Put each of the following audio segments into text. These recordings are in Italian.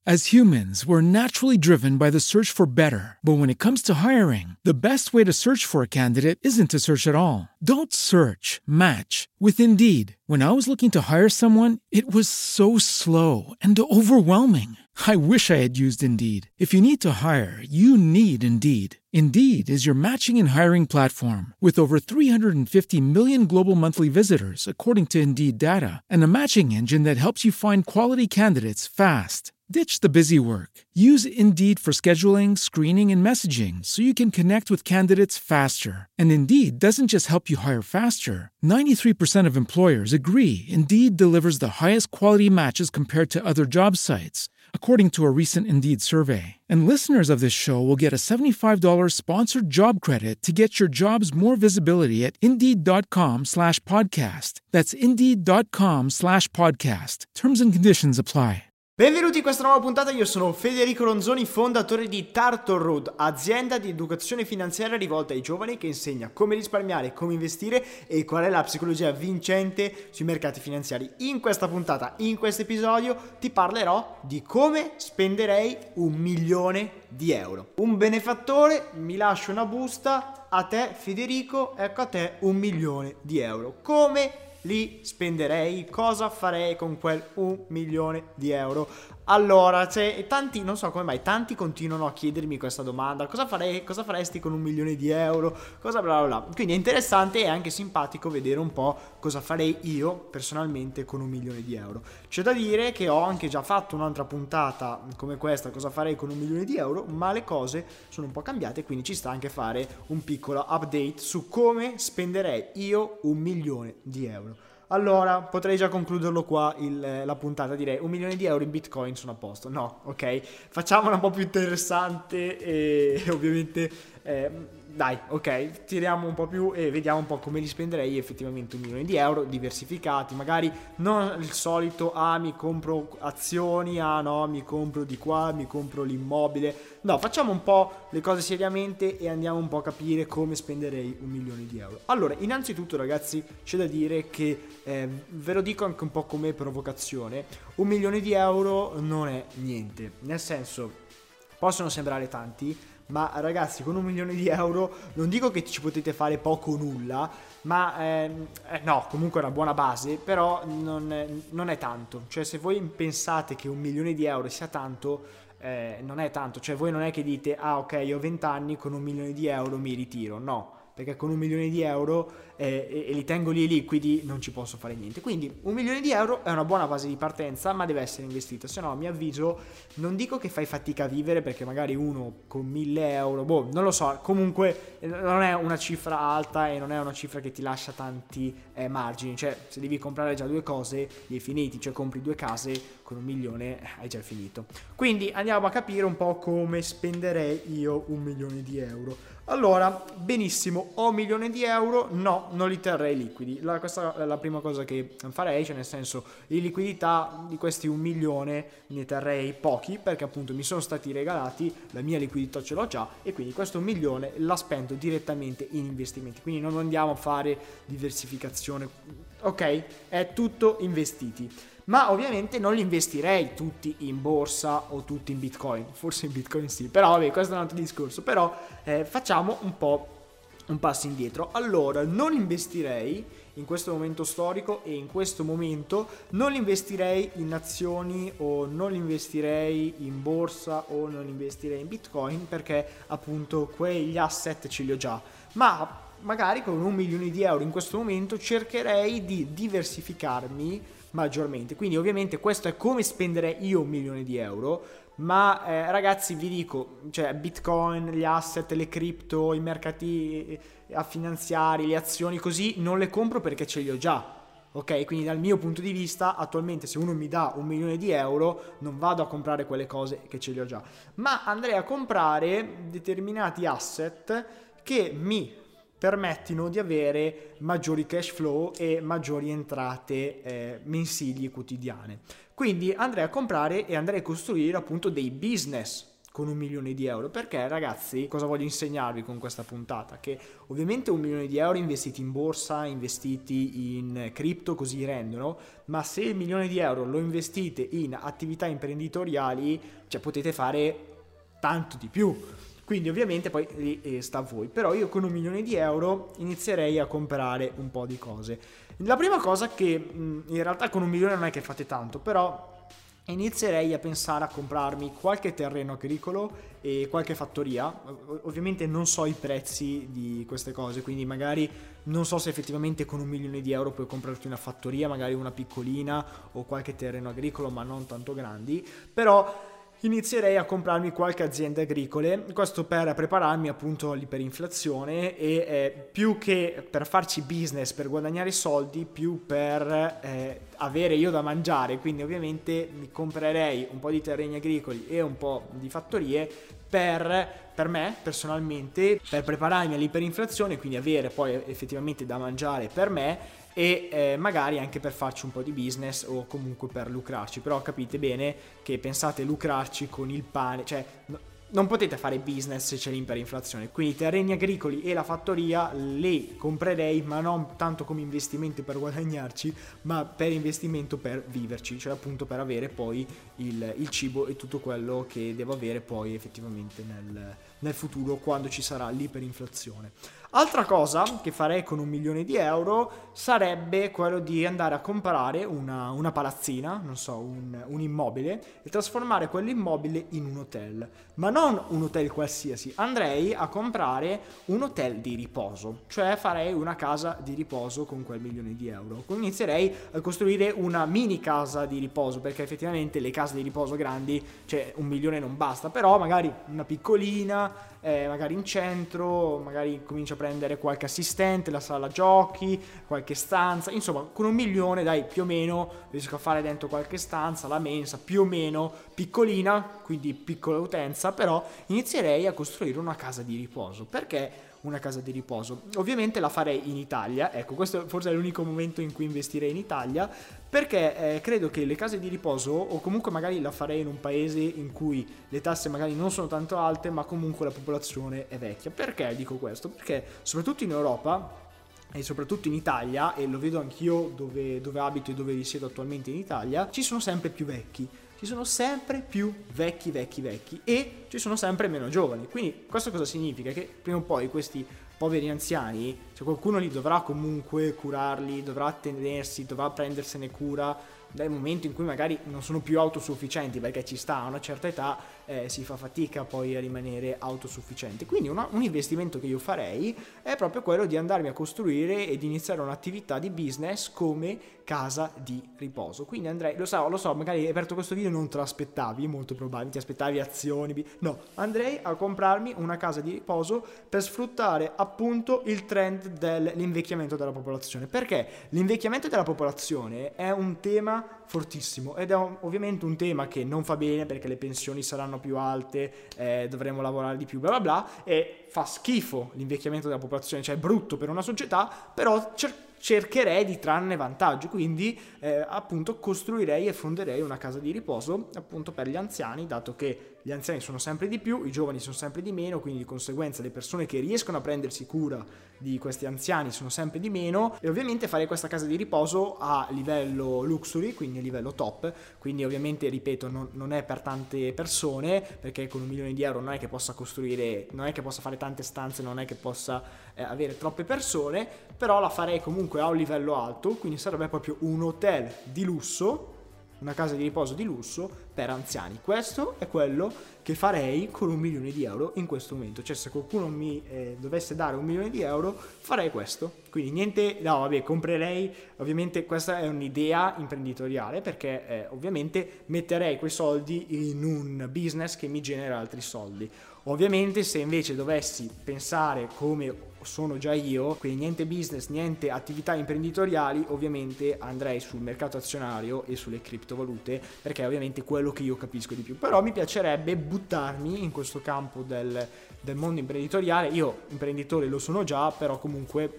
As humans, we're naturally driven by the search for better. But when it comes to hiring, the best way to search for a candidate isn't to search at all. Don't search, match with Indeed. When I was looking to hire someone, it was so slow and overwhelming. I wish I had used Indeed. If you need to hire, you need Indeed. Indeed is your matching and hiring platform with over 350 million global monthly visitors, according to Indeed data, and a matching engine that helps you find quality candidates fast. Ditch the busy work. Use Indeed for scheduling, screening, and messaging so you can connect with candidates faster. And Indeed doesn't just help you hire faster. 93% of employers agree Indeed delivers the highest quality matches compared to other job sites, according to a recent Indeed survey. And listeners of this show will get a $75 sponsored job credit to get your jobs more visibility at Indeed.com/podcast. That's Indeed.com/podcast. Terms and conditions apply. Benvenuti in questa nuova puntata, io sono Federico Ronzoni, fondatore di Turtle Road, azienda di educazione finanziaria rivolta ai giovani che insegna come risparmiare, come investire e qual è la psicologia vincente sui mercati finanziari. In questa puntata, in questo episodio, ti parlerò di come spenderei €1.000.000. Un benefattore mi lascia una busta, a te Federico, ecco a te €1.000.000. Come li spenderei? Cosa farei con quel €1.000.000? Allora, tanti, non so come mai, tanti continuano a chiedermi questa domanda: cosa faresti con €1.000.000? Cosa bla bla bla. Quindi è interessante e anche simpatico vedere un po' cosa farei io personalmente con €1.000.000. C'è da dire che ho anche già fatto un'altra puntata come questa, cosa farei con €1.000.000, ma le cose sono un po' cambiate, quindi ci sta anche fare un piccolo update su come spenderei io €1.000.000. Allora, potrei già concluderlo qua la puntata, direi €1.000.000 in Bitcoin sono a posto. No, ok, facciamola un po' più interessante e ovviamente dai, ok, tiriamo un po' più e vediamo un po' come li spenderei effettivamente €1.000.000 diversificati, magari non il solito mi compro azioni, no, mi compro di qua, mi compro l'immobile. No, facciamo un po' le cose seriamente e andiamo un po' a capire come spenderei €1.000.000. Allora, innanzitutto ragazzi, c'è da dire che ve lo dico anche un po' come provocazione: €1.000.000 non è niente, nel senso, possono sembrare tanti, ma ragazzi, con €1.000.000 non dico che ci potete fare poco o nulla, ma no, comunque è una buona base, però non è tanto. Cioè, se voi pensate che €1.000.000 sia tanto, non è tanto. Cioè, voi non è che dite ok, ho 20 anni, con €1.000.000 mi ritiro. No, perché con €1.000.000 e li tengo lì liquidi non ci posso fare niente. Quindi €1.000.000 è una buona base di partenza, ma deve essere investita, se no a mio avviso non dico che fai fatica a vivere, perché magari uno con €1.000, non lo so, comunque non è una cifra alta e non è una cifra che ti lascia tanti margini. Cioè, se devi comprare già due cose li hai finiti, cioè compri due case, con €1.000.000 hai già finito. Quindi andiamo a capire un po' come spenderei io €1.000.000. Allora, benissimo, ho €1.000.000? No, non li terrei liquidi. Questa è la prima cosa che farei, cioè nel senso, in liquidità di questi €1.000.000 ne terrei pochi, perché appunto mi sono stati regalati, la mia liquidità ce l'ho già, e quindi questo €1.000.000 la spendo direttamente in investimenti. Quindi non andiamo a fare diversificazione, ok? È tutto investiti. Ma ovviamente non li investirei tutti in borsa o tutti in Bitcoin, forse in Bitcoin sì, però vabbè, questo è un altro discorso. Però facciamo un po' un passo indietro. Allora, non investirei in questo momento storico e in questo momento non investirei in azioni, o non investirei in borsa, o non investirei in Bitcoin, perché appunto quegli asset ce li ho già. Ma magari con €1.000.000 in questo momento cercherei di diversificarmi maggiormente. Quindi ovviamente questo è come spendere io €1.000.000, ma ragazzi, vi dico, cioè Bitcoin, gli asset, le cripto, i mercati finanziari, le azioni, così non le compro perché ce li ho già. Ok, quindi dal mio punto di vista attualmente, se uno mi dà €1.000.000 non vado a comprare quelle cose che ce li ho già, ma andrei a comprare determinati asset che mi permettono di avere maggiori cash flow e maggiori entrate mensili e quotidiane. Quindi andrei a comprare e andrei a costruire appunto dei business con 1 milione di euro? Perché ragazzi, cosa voglio insegnarvi con questa puntata? Che ovviamente 1 milione di euro investiti in borsa, investiti in cripto, così rendono, ma se il milione di euro lo investite in attività imprenditoriali, cioè potete fare tanto di più. Quindi ovviamente poi lì sta a voi, però io con 1 milione di euro inizierei a comprare un po' di cose. La prima cosa che in realtà con 1 milione non è che fate tanto, però inizierei a pensare a comprarmi qualche terreno agricolo e qualche fattoria. Ovviamente non so i prezzi di queste cose, quindi magari non so se effettivamente con 1 milione di euro puoi comprarti una fattoria, magari una piccolina o qualche terreno agricolo, ma non tanto grandi, però inizierei a comprarmi qualche azienda agricole, questo per prepararmi appunto all'iperinflazione e più che per farci business, per guadagnare soldi, più per avere io da mangiare. Quindi ovviamente mi comprerei un po' di terreni agricoli e un po' di fattorie per me personalmente, per prepararmi all'iperinflazione, quindi avere poi effettivamente da mangiare per me e magari anche per farci un po' di business o comunque per lucrarci. Però capite bene che pensate lucrarci con il pane, cioè non potete fare business se c'è l'iperinflazione. Quindi i terreni agricoli e la fattoria li comprerei, ma non tanto come investimento per guadagnarci, ma per investimento per viverci, cioè appunto per avere poi il cibo e tutto quello che devo avere poi effettivamente nel futuro, quando ci sarà l'iperinflazione. Altra cosa che farei con 1 milione di euro sarebbe quello di andare a comprare una palazzina, non so, un immobile, e trasformare quell'immobile in un hotel. Ma non un hotel qualsiasi, andrei a comprare un hotel di riposo, cioè farei una casa di riposo con quel 1 milione di euro. Inizierei a costruire una mini casa di riposo, perché effettivamente le case di riposo grandi, cioè 1 milione non basta, però magari una piccolina, magari in centro, magari comincio a prendere qualche assistente, la sala giochi, qualche stanza, insomma con 1 milione dai più o meno riesco a fare dentro qualche stanza, la mensa più o meno piccolina, quindi piccola utenza, però inizierei a costruire una casa di riposo. Perché una casa di riposo? Ovviamente la farei in Italia, ecco, questo forse è l'unico momento in cui investirei in Italia, perché credo che le case di riposo, o comunque magari la farei in un paese in cui le tasse magari non sono tanto alte, ma comunque la popolazione è vecchia. Perché dico questo? Perché soprattutto in Europa e soprattutto in Italia, e lo vedo anch'io dove abito e dove risiedo attualmente in Italia, ci sono sempre più vecchi. Ci sono sempre più vecchi e ci sono sempre meno giovani. Quindi questo cosa significa? Che prima o poi questi poveri anziani, cioè qualcuno li dovrà comunque curarli, dovrà attenersi, dovrà prendersene cura dal momento in cui magari non sono più autosufficienti, perché ci sta a una certa età si fa fatica poi a rimanere autosufficienti. Quindi un investimento che io farei è proprio quello di andarmi a costruire ed iniziare un'attività di business come casa di riposo. Quindi andrei, lo so, magari hai aperto questo video e non te lo aspettavi, molto probabile, ti aspettavi azioni, no, andrei a comprarmi una casa di riposo per sfruttare appunto il trend dell'invecchiamento della popolazione. Perché l'invecchiamento della popolazione è un tema fortissimo ed è ovviamente un tema che non fa bene, perché le pensioni saranno più alte, dovremo lavorare di più, bla bla bla, e fa schifo l'invecchiamento della popolazione, cioè è brutto per una società, però cercherei di trarne vantaggio. Quindi appunto costruirei e fonderei una casa di riposo appunto per gli anziani, dato che gli anziani sono sempre di più, i giovani sono sempre di meno, quindi di conseguenza le persone che riescono a prendersi cura di questi anziani sono sempre di meno. E ovviamente fare questa casa di riposo a livello luxury, quindi a livello top, quindi ovviamente ripeto non è per tante persone, perché con 1 milione di euro non è che possa costruire, non è che possa fare tante stanze, non è che possa avere troppe persone, però la farei comunque a un livello alto, quindi sarebbe proprio un hotel di lusso, una casa di riposo di lusso per anziani. Questo è quello che farei con 1 milione di euro in questo momento. Cioè se qualcuno mi dovesse dare 1 milione di euro farei questo. Quindi niente, no vabbè, comprerei, ovviamente questa è un'idea imprenditoriale, perché ovviamente metterei quei soldi in un business che mi genera altri soldi. Ovviamente se invece dovessi pensare come sono già io, quindi niente business, niente attività imprenditoriali, ovviamente andrei sul mercato azionario e sulle criptovalute, perché è ovviamente quello che io capisco di più. Però mi piacerebbe buttarmi in questo campo del mondo imprenditoriale. Io imprenditore lo sono già, però comunque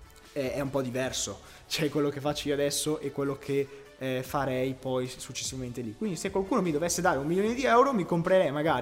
è un po' diverso, cioè quello che faccio io adesso e quello che farei poi successivamente lì. Quindi se qualcuno mi dovesse dare 1 milione di euro mi comprerei magari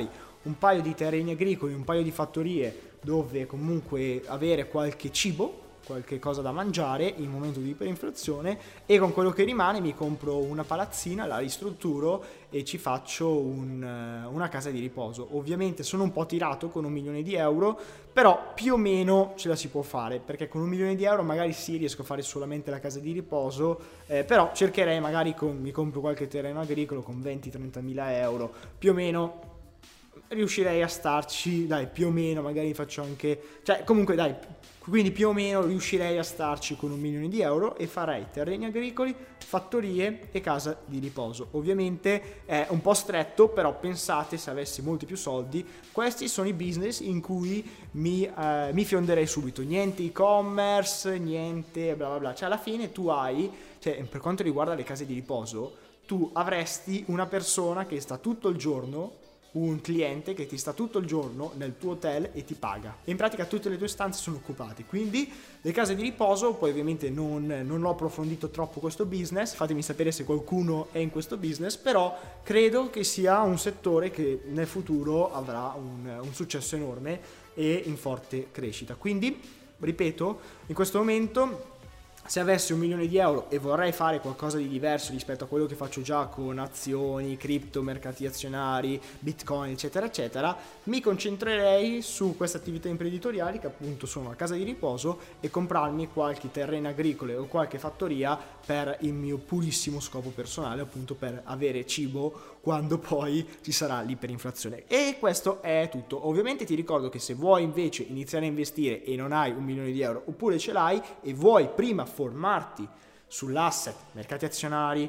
un paio di terreni agricoli, un paio di fattorie dove comunque avere qualche cibo, qualche cosa da mangiare in momento di iperinflazione, e con quello che rimane mi compro una palazzina, la ristrutturo e ci faccio una casa di riposo. Ovviamente sono un po' tirato con 1 milione di euro, però più o meno ce la si può fare, perché con 1 milione di euro magari sì, riesco a fare solamente la casa di riposo, però cercherei magari mi compro qualche terreno agricolo con 20-30 mila euro, più o meno riuscirei a starci, dai, più o meno, magari faccio anche, cioè comunque dai, quindi più o meno riuscirei a starci con 1 milione di euro e farei terreni agricoli, fattorie e casa di riposo. Ovviamente è un po' stretto, però pensate, se avessi molti più soldi, questi sono i business in cui mi fionderei subito. Niente e-commerce, niente bla bla bla, cioè alla fine tu hai, cioè per quanto riguarda le case di riposo, tu avresti una persona che sta tutto il giorno, un cliente che ti sta tutto il giorno nel tuo hotel e ti paga, e in pratica tutte le tue stanze sono occupate. Quindi le case di riposo, poi ovviamente non ho approfondito troppo questo business, fatemi sapere se qualcuno è in questo business, però credo che sia un settore che nel futuro avrà un successo enorme e in forte crescita. Quindi ripeto, in questo momento, se avessi 1 milione di euro e vorrei fare qualcosa di diverso rispetto a quello che faccio già con azioni, cripto, mercati azionari, bitcoin, eccetera, eccetera, mi concentrerei su queste attività imprenditoriali che appunto sono a casa di riposo, e comprarmi qualche terreno agricolo o qualche fattoria per il mio purissimo scopo personale, appunto per avere cibo quando poi ci sarà l'iperinflazione. E questo è tutto. Ovviamente ti ricordo che se vuoi invece iniziare a investire e non hai 1 milione di euro, oppure ce l'hai e vuoi prima formarti sull'asset, mercati azionari,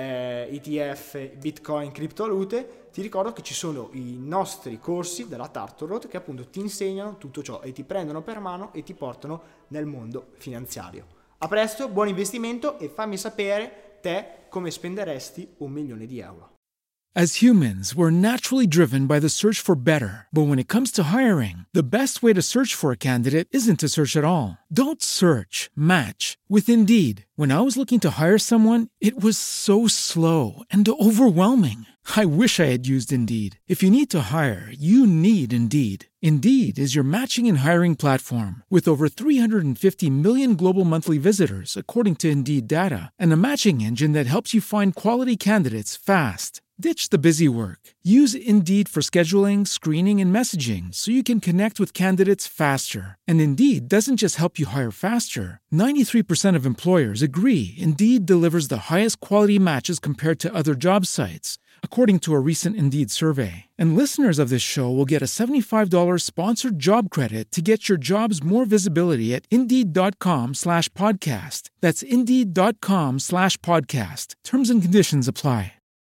ETF, bitcoin, criptovalute, ti ricordo che ci sono i nostri corsi della Tartor Road che appunto ti insegnano tutto ciò e ti prendono per mano e ti portano nel mondo finanziario. A presto, buon investimento, e fammi sapere te come spenderesti 1 milione di euro. As humans, we're naturally driven by the search for better. But when it comes to hiring, the best way to search for a candidate isn't to search at all. Don't search, match with Indeed. When I was looking to hire someone, it was so slow and overwhelming. I wish I had used Indeed. If you need to hire, you need Indeed. Indeed is your matching and hiring platform with over 350 million global monthly visitors, according to Indeed data, and a matching engine that helps you find quality candidates fast. Ditch the busy work. Use Indeed for scheduling, screening, and messaging so you can connect with candidates faster. And Indeed doesn't just help you hire faster. 93% of employers agree Indeed delivers the highest quality matches compared to other job sites, according to a recent Indeed survey. And listeners of this show will get a $75 sponsored job credit to get your jobs more visibility at Indeed.com/podcast. That's Indeed.com/podcast. Terms and conditions apply.